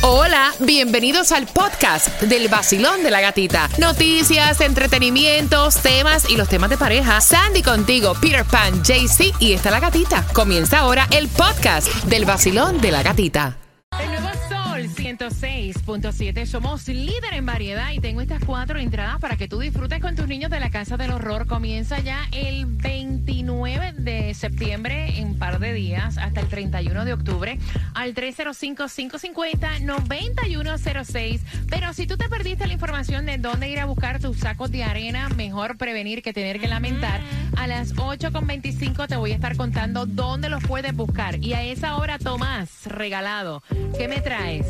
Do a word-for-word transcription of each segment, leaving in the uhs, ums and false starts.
Hola, bienvenidos al podcast del Vacilón de la Gatita. Noticias, entretenimientos, temas y los temas de pareja. Sandy contigo, Peter Pan, J C y está la gatita. Comienza ahora el podcast del Vacilón de la Gatita. El nuevo Sol ciento seis punto siete. Somos líder en variedad y tengo estas cuatro entradas para que tú disfrutes con tus niños de la Casa del Horror. Comienza ya el veintinueve de septiembre en par de días hasta el treinta y uno de octubre al tres cero cinco, cinco cinco cero, nueve uno cero seis. Pero si tú te perdiste la información de dónde ir a buscar tus sacos de arena, mejor prevenir que tener que lamentar. A las ocho con veinticinco te voy a estar contando dónde los puedes buscar. Y a esa hora, Tomás, regalado, ¿qué me traes?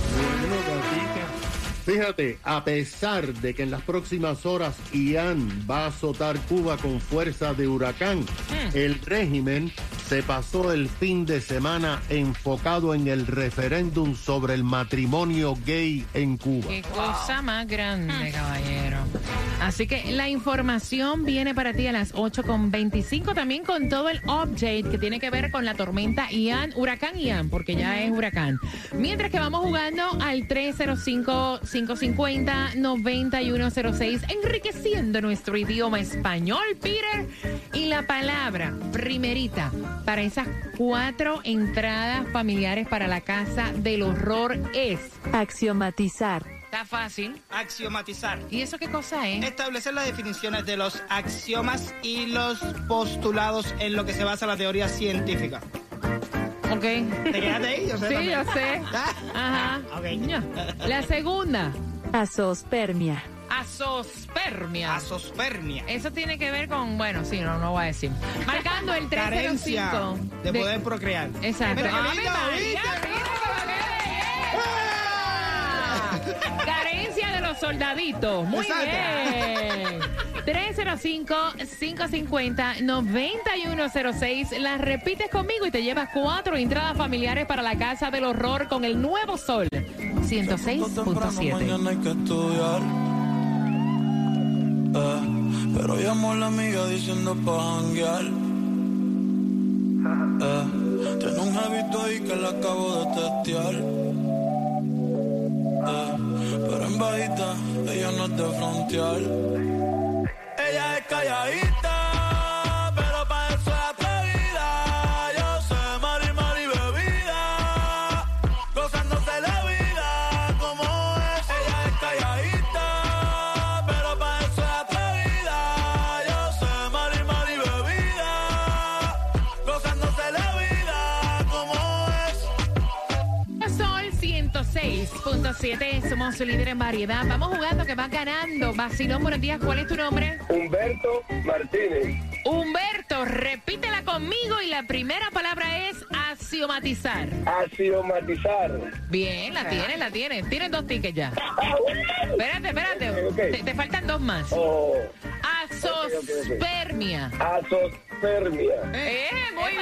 Fíjate, a pesar de que en las próximas horas Ian va a azotar Cuba con fuerza de huracán, mm. el régimen se pasó el fin de semana enfocado en el referéndum sobre el matrimonio gay en Cuba. Qué cosa wow. más grande, mm. caballero. Así que la información viene para ti a las ocho con veinticinco, también con todo el update que tiene que ver con la tormenta Ian, huracán Ian, porque ya es huracán. Mientras que vamos jugando al tres cero cinco, cinco cinco cero, nueve uno cero seis, enriqueciendo nuestro idioma español, Peter. Y la palabra primerita para esas cuatro entradas familiares para la Casa del Horror es axiomatizar. Está fácil. Axiomatizar. ¿Y eso qué cosa es? Establecer las definiciones de los axiomas y los postulados en lo que se basa la teoría científica. Ok. ¿Te quedaste ahí? Yo sé sí, también. yo sé. Ajá. Okay. La segunda. Azospermia. Azospermia. Azospermia. Eso tiene que ver con, bueno, sí, no, no voy a decir. Marcando el tres cero cinco. Carencia de, de poder procrear. Exacto. Mira, ¡Ave qué lindo, María! ¿viste? ¡Mira! Carencia de los soldaditos. Muy Exacto. bien. tres cero cinco, cinco cinco cero, nueve uno cero seis. Las repites conmigo y te llevas cuatro entradas familiares para la Casa del Horror con el nuevo Sol ciento seis punto siete. Mañana hay que estudiar. Eh, pero llamó la amiga diciendo pa' janguear. Eh, tiene un jevito ahí que la acabo de testear. Eh, pero en bajita, ella no es de frontear. Ella es calladita, pero pa' eso es atrevida. Yo sé mari, mari, bebida, gozándose la vida como es. Ella es calladita, pero pa' eso es atrevida. Yo sé mari, mari, bebida, gozándose la vida como es. Sol ciento seis punto siete, somos su líder en variedad. Vamos jugando que vas ganando. Vacilón, buenos días. ¿Cuál es tu nombre? Humberto Martínez. Humberto, repítela conmigo y la primera palabra es axiomatizar. Axiomatizar. Bien, la tienes, la tienes. Tienes dos tickets ya. Espérate, espérate. Okay. Te, te faltan dos más. Oh. Azospermia. Okay, okay. Azospermia. Eh, muy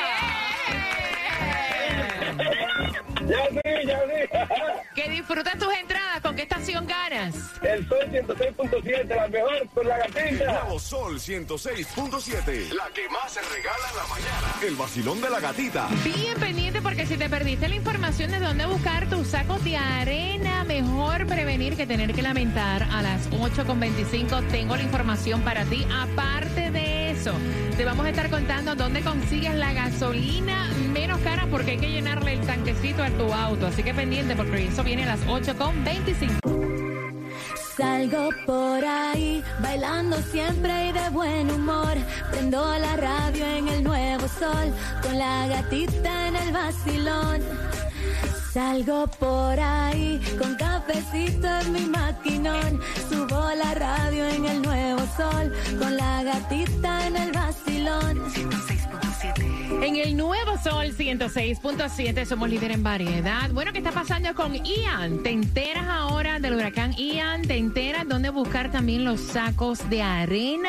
bien. Ya sí, ya sí. Que disfrutas tus entradas. ¿Con qué estación ganas? El Sol ciento seis punto siete, la mejor con la gatita. Nuevo Sol ciento seis punto siete, la que más se regala en la mañana. El vacilón de la gatita. Bien pendiente porque si te perdiste la información de dónde buscar tus sacos de arena, mejor prevenir que tener que lamentar. A las ocho con veinticinco tengo la información para ti. Aparte de eso, te vamos a estar contando dónde consigues la gasolina menos cara porque hay que llenarle el tanquecito a tu auto. Así que pendiente porque eso viene a las ocho con veinticinco. Salgo por ahí, bailando siempre y de buen humor. Prendo la radio en el nuevo Sol, con la gatita en el vacilón. Salgo por ahí, con cafecito en mi maquinón. Subo la radio en el nuevo Sol, con la gatita en el vacilón. ciento seis punto siete. En el nuevo Sol ciento seis punto siete somos líder en variedad. Bueno, ¿qué está pasando con Ian? ¿Te enteras ahora del huracán Ian? ¿Te enteras dónde buscar también los sacos de arena?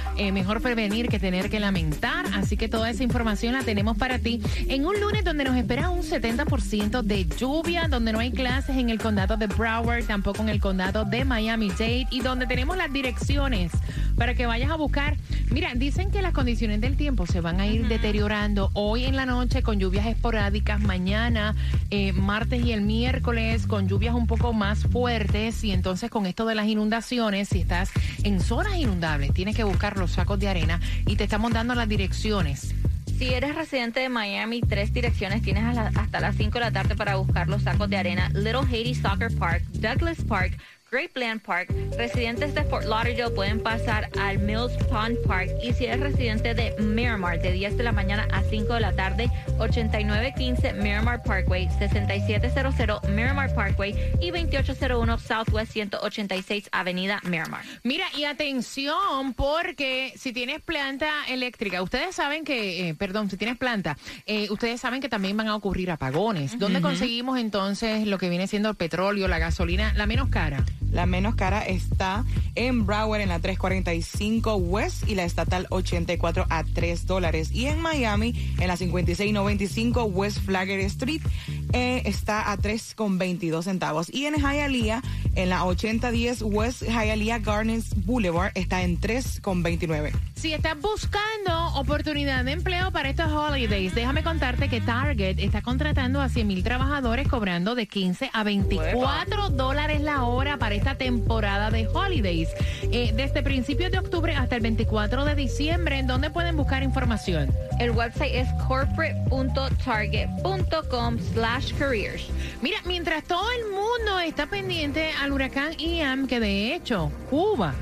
Eh, mejor prevenir que tener que lamentar. Así que toda esa información la tenemos para ti en un lunes donde nos espera un setenta por ciento de lluvia, donde no hay clases en el condado de Broward, tampoco en el condado de Miami-Dade, y donde tenemos las direcciones para que vayas a buscar. Mira, dicen que las condiciones del tiempo se van a ir uh-huh. deteriorando hoy en la noche con lluvias esporádicas, mañana, eh, martes y el miércoles con lluvias un poco más fuertes, y entonces con esto de las inundaciones, si estás en zonas inundables, tienes que buscar los sacos de arena, y te estamos dando las direcciones. Si eres residente de Miami, tres direcciones tienes a la, hasta las cinco de la tarde para buscar los sacos de arena. Little Haiti Soccer Park, Douglas Park, Grapeland Park. Residentes de Fort Lauderdale pueden pasar al Mills Pond Park. Y si eres residente de Miramar, de diez de la mañana a cinco de la tarde, ochenta y nueve quince Miramar Parkway, sesenta y siete cero cero Miramar Parkway y veintiocho cero uno Southwest ciento ochenta y seis Avenida Miramar. Mira, y atención, porque si tienes planta eléctrica, ustedes saben que, eh, perdón, si tienes planta, eh, ustedes saben que también van a ocurrir apagones. ¿Dónde uh-huh. conseguimos entonces lo que viene siendo el petróleo, la gasolina, la menos cara? La menos cara está en Broward en la trescientos cuarenta y cinco West y la estatal ochenta y cuatro a tres dólares. Y en Miami en la cincuenta y seis noventa y cinco West Flagler Street eh, está a tres con veintidós centavos. Y en Hialeah en la ochenta diez West Hialeah Gardens Boulevard está en tres con veintinueve. Si estás buscando oportunidad de empleo para estos holidays, déjame contarte que Target está contratando a cien mil trabajadores cobrando de quince a veinticuatro dólares la hora para esta temporada de holidays. Eh, desde principios de octubre hasta el veinticuatro de diciembre, ¿en dónde pueden buscar información? El website es corporate punto target punto com slash careers. Mira, mientras todo el mundo está pendiente al huracán Ian, que de hecho, Cuba...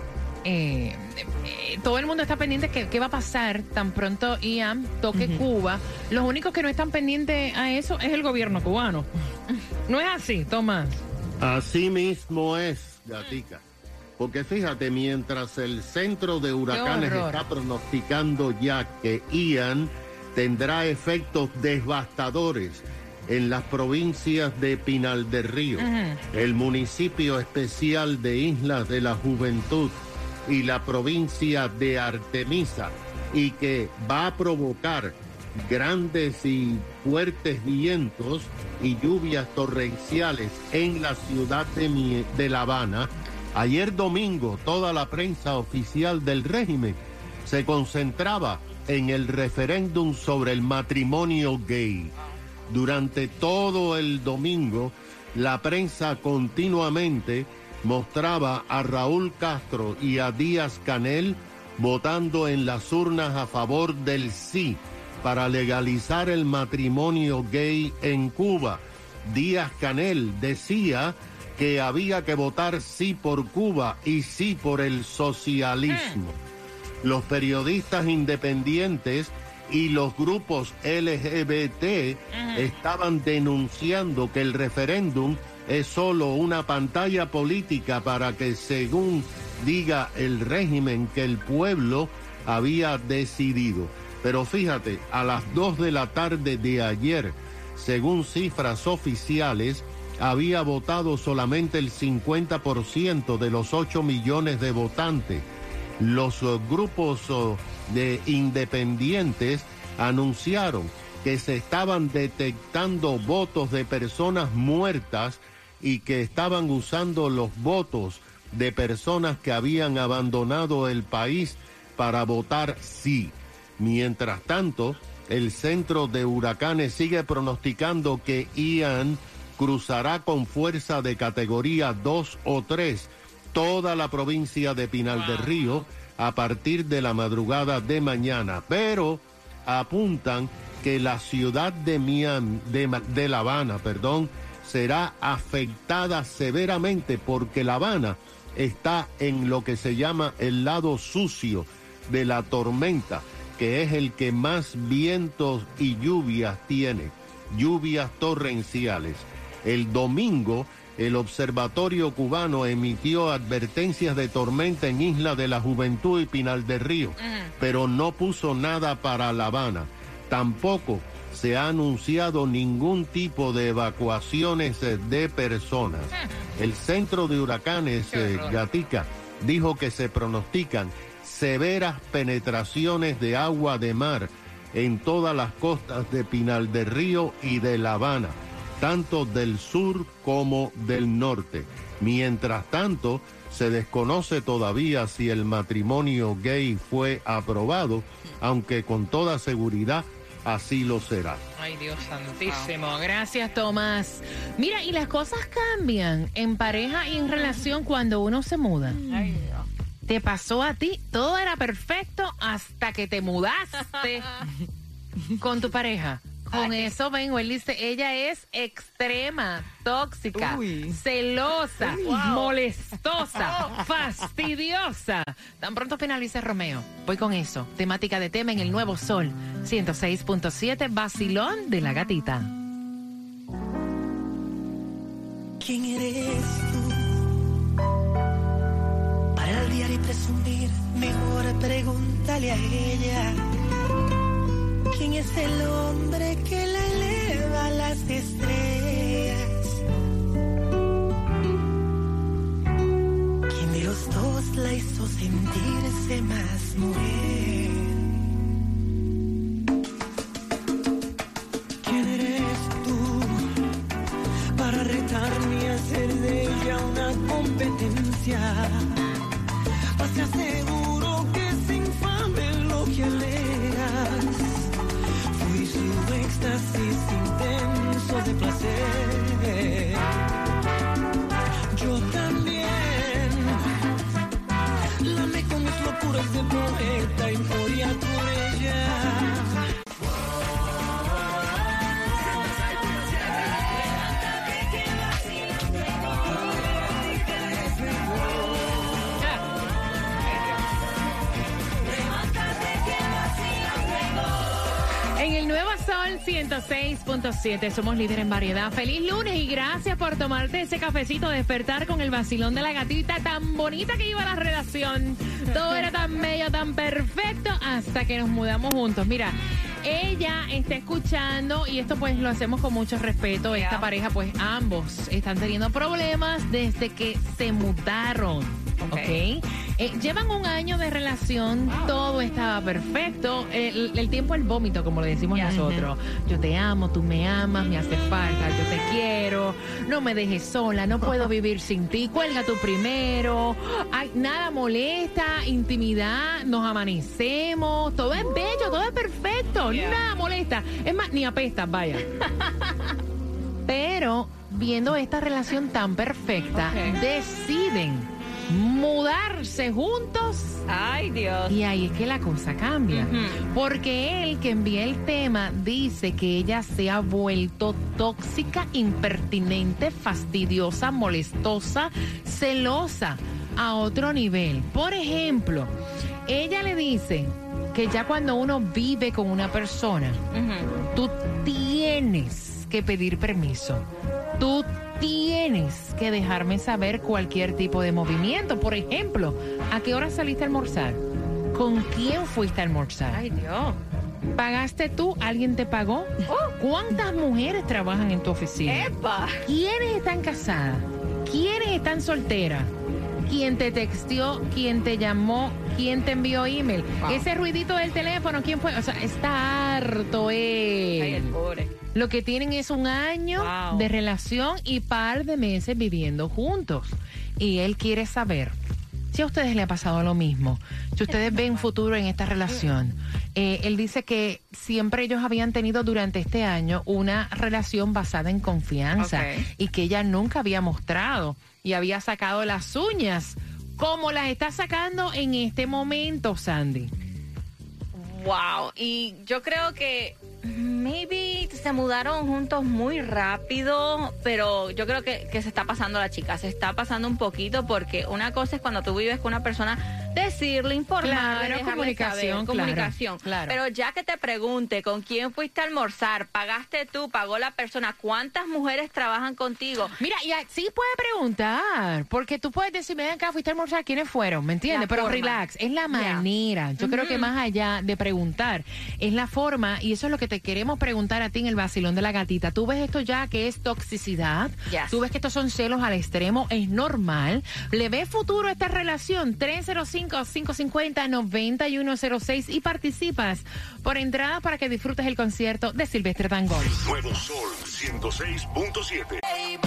Eh, eh, todo el mundo está pendiente que qué va a pasar tan pronto Ian toque uh-huh. Cuba. Los únicos que no están pendientes a eso es el gobierno cubano. ¿No es así, Tomás? Así mismo es, Gatica. Porque fíjate, mientras el centro de huracanes está pronosticando ya que Ian tendrá efectos devastadores en las provincias de Pinal del Río, uh-huh. el municipio especial de Islas de la Juventud y la provincia de Artemisa, y que va a provocar grandes y fuertes vientos y lluvias torrenciales en la ciudad de, de La Habana. Ayer domingo, toda la prensa oficial del régimen se concentraba en el referéndum sobre el matrimonio gay. Durante todo el domingo, la prensa continuamente mostraba a Raúl Castro y a Díaz-Canel votando en las urnas a favor del sí para legalizar el matrimonio gay en Cuba. Díaz-Canel decía que había que votar sí por Cuba y sí por el socialismo. Los periodistas independientes y los grupos L G B T uh-huh. estaban denunciando que el referéndum es solo una pantalla política para que, según diga el régimen, que el pueblo había decidido. Pero fíjate, a las dos de la tarde de ayer, según cifras oficiales, había votado solamente el cincuenta por ciento de los ocho millones de votantes. Los uh, grupos uh, de independientes anunciaron que se estaban detectando votos de personas muertas y que estaban usando los votos de personas que habían abandonado el país para votar sí. Mientras tanto, el centro de huracanes sigue pronosticando que Ian cruzará con fuerza de categoría dos o tres toda la provincia de Pinal del Río a partir de la madrugada de mañana, pero apuntan que la ciudad de Miami, de, de La Habana, perdón, será afectada severamente porque La Habana está en lo que se llama el lado sucio de la tormenta, que es el que más vientos y lluvias tiene, lluvias torrenciales. El domingo, el Observatorio Cubano emitió advertencias de tormenta en Isla de la Juventud y Pinal del Río, uh-huh. pero no puso nada para La Habana. Tampoco se ha anunciado ningún tipo de evacuaciones de personas. El centro de huracanes, eh, Gatica, dijo que se pronostican severas penetraciones de agua de mar en todas las costas de Pinal del Río y de La Habana, tanto del sur como del norte. Mientras tanto, se desconoce todavía si el matrimonio gay fue aprobado, aunque con toda seguridad así lo será. Ay, Dios santísimo. Gracias, Tomás. Mira, y las cosas cambian en pareja y en relación cuando uno se muda. Ay, Dios. Te pasó a ti, todo era perfecto hasta que te mudaste con tu pareja. Con Ay. eso vengo, él dice, ella es extrema, tóxica, Uy. celosa, wow. molestosa, fastidiosa. Tan pronto finalice Romeo. Voy con eso. Temática de tema en el Nuevo Sol ciento seis punto siete, vacilón de la gatita. ¿Quién eres tú? Para aliar y presumir, mejor pregúntale a ella. ¿Quién es el hombre que la eleva a las estrellas? ¿Quién de los dos la hizo sentirse más mujer? ¿Quién eres tú para retarme y hacer de ella una competencia? Pues te aseguro que es infame lo que leas. Fui su éxtasis intenso de placer. Yo también la amé con mis locuras de poeta y moría por ella. En el Nuevo Sol ciento seis punto siete somos líderes en variedad. Feliz lunes y gracias por tomarte ese cafecito, despertar con el vacilón de la gatita. Tan bonita que iba la relación. Todo era tan bello, tan perfecto hasta que nos mudamos juntos. Mira, ella está escuchando y esto pues lo hacemos con mucho respeto. Esta pareja pues ambos están teniendo problemas desde que se mudaron. Ok. okay. Eh, llevan un año de relación, wow. todo estaba perfecto. El, el tiempo el vómito, como le decimos yeah. nosotros. Yo te amo, tú me amas, me hace falta, yo te quiero, no me dejes sola, no puedo vivir sin ti, cuelga tú primero. Ay, nada molesta, intimidad, nos amanecemos, todo es bello, todo es perfecto, yeah. nada molesta. Es más, ni apesta, vaya. Pero viendo esta relación tan perfecta, okay. deciden mudarse juntos. Ay, Dios. Y ahí es que la cosa cambia. Uh-huh. Porque él que envía el tema dice que ella se ha vuelto tóxica, impertinente, fastidiosa, molestosa, celosa a otro nivel. Por ejemplo, ella le dice que ya cuando uno vive con una persona, uh-huh. tú tienes que pedir permiso. Tú tienes que dejarme saber cualquier tipo de movimiento. Por ejemplo, ¿a qué hora saliste a almorzar? ¿Con quién fuiste a almorzar? Ay, Dios. ¿Pagaste tú? ¿Alguien te pagó? Oh. ¿Cuántas mujeres trabajan en tu oficina? ¡Epa! ¿Quiénes están casadas? ¿Quiénes están solteras? ¿Quién te texteó? ¿Quién te llamó? ¿Quién te envió email? Wow. Ese ruidito del teléfono, ¿quién fue? O sea, está harto él. Ay, el pobre. Lo que tienen es un año wow. de relación y par de meses viviendo juntos. Y él quiere saber si a ustedes le ha pasado lo mismo, si ustedes ven futuro en esta relación. Eh, él dice que siempre ellos habían tenido durante este año una relación basada en confianza okay. y que ella nunca había mostrado y había sacado las uñas como las está sacando en este momento, Sandy. Wow, y yo creo que maybe se mudaron juntos muy rápido, pero yo creo que, que se está pasando la chica, se está pasando un poquito porque una cosa es cuando tú vives con una persona, decirle, informarle, claro, comunicación, saber, comunicación. Claro. Pero ya que te pregunte con quién fuiste a almorzar, pagaste tú, pagó la persona, ¿cuántas mujeres trabajan contigo? Mira, y sí puede preguntar, porque tú puedes decirme, ven acá, fuiste a almorzar, ¿quiénes fueron? ¿Me entiendes? Pero forma. Relax, es la manera. Yeah. Yo uh-huh. creo que más allá de preguntar, es la forma, y eso es lo que te queremos preguntar a ti en el vacilón de la gatita. ¿Tú ves esto ya que es toxicidad? Yes. ¿Tú ves que estos son celos al extremo? ¿Es normal? ¿Le ves futuro a esta relación? tres cero cinco cinco, cinco cinco cero, nueve uno cero seis y participas por entrada para que disfrutes el concierto de Silvestre Dangond. Nuevo Sol ciento seis punto siete.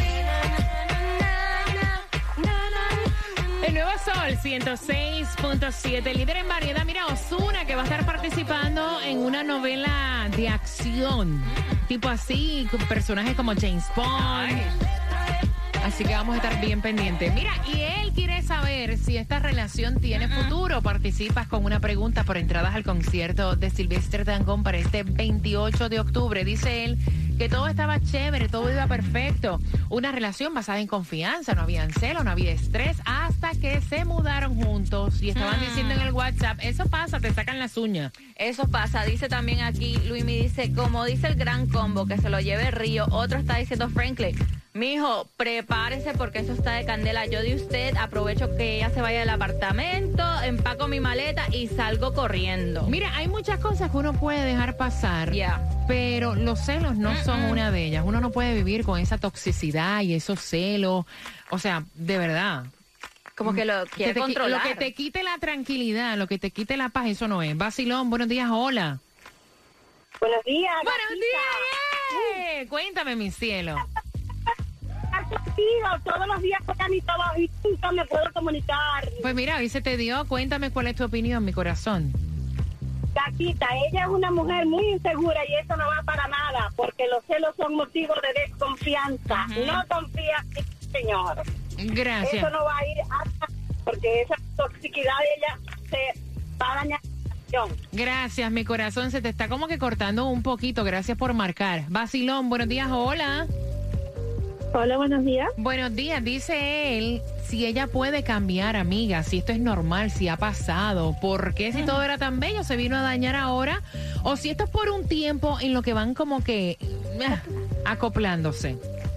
El Nuevo Sol ciento seis punto siete, líder en variedad. Mira, Ozuna, que va a estar participando en una novela de acción, tipo así, con personajes como James Bond. Así que vamos a estar bien pendientes. Mira, y él quiere saber si esta relación tiene futuro. Participas con una pregunta por entradas al concierto de Silvestre Dangond para este veintiocho de octubre. Dice él que todo estaba chévere, todo iba perfecto. Una relación basada en confianza, no había celo, no había estrés, hasta que se mudaron juntos y estaban mm. diciendo en el WhatsApp, eso pasa, te sacan las uñas. Eso pasa, dice también aquí, Luismi dice, como dice el gran combo, que se lo lleve Río. Otro está diciendo Franklin, mijo, prepárese porque eso está de candela. Yo de usted aprovecho que ella se vaya del apartamento, empaco mi maleta y salgo corriendo. Mira, hay muchas cosas que uno puede dejar pasar, yeah. pero los celos no Mm-mm. son una de ellas. Uno no puede vivir con esa toxicidad y esos celos. O sea, de verdad. Como que lo quiere que te, controlar. Lo que te quite la tranquilidad, lo que te quite la paz, eso no es. Vacilón, buenos días, hola. Buenos días. Buenos gatita. días. Uh. Cuéntame, mi cielo. Contigo, todos los días voy a mi trabajo y nunca me puedo comunicar. Pues mira, hoy se te dio, cuéntame cuál es tu opinión, mi corazón. Gatita, ella es una mujer muy insegura y eso no va para nada, porque los celos son motivos de desconfianza. Uh-huh. No confía en el Señor. Gracias. Eso no va a ir hasta, porque esa toxicidad de ella se va a dañar. Gracias, mi corazón, se te está como que cortando un poquito, gracias por marcar. Vacilón, buenos días, hola. Hola, buenos días. Buenos días, dice él, si ella puede cambiar, amiga, si esto es normal, si ha pasado, ¿por qué si todo era tan bello se vino a dañar ahora? O si esto es por un tiempo en lo que van como que eh, acoplándose.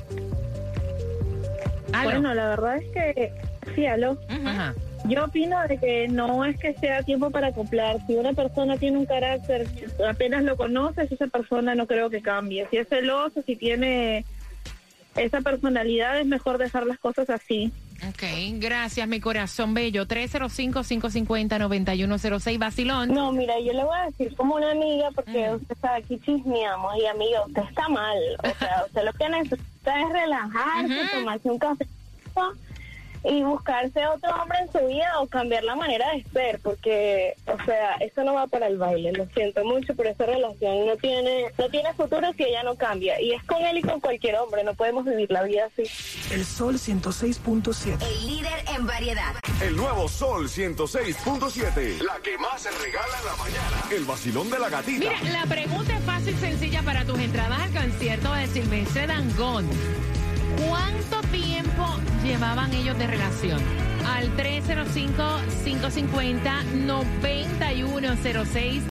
¿Aló? Bueno, la verdad es que, sí, aló. Uh-huh. Ajá. Yo opino de que no es que sea tiempo para acoplar. Si una persona tiene un carácter, apenas lo conoces, esa persona no creo que cambie. Si es celoso, si tiene esa personalidad, es mejor dejar las cosas así. Ok, gracias, mi corazón bello. tres cero cinco, cinco cinco cero, nueve uno cero seis, Vacilón. No, mira, yo le voy a decir como una amiga, porque mm. usted sabe, aquí chismeamos, y amiga, usted está mal. O sea, usted lo que necesita es relajarse, uh-huh. tomarse un café y buscarse otro hombre en su vida o cambiar la manera de ser, porque, o sea, eso no va para el baile. Lo siento mucho, pero esa relación no tiene no tiene futuro si ella no cambia. Y es con él y con cualquier hombre, no podemos vivir la vida así. El Sol ciento seis punto siete. El líder en variedad. El Nuevo Sol ciento seis punto siete. La que más se regala en la mañana. El vacilón de la gatita. Mira, la pregunta es fácil, sencilla para tus entradas al concierto de Silvestre Dangond. ¿Cuánto tiempo llevaban ellos de relación? Al tres cero cinco, cinco cinco cero, nueve uno cero seis.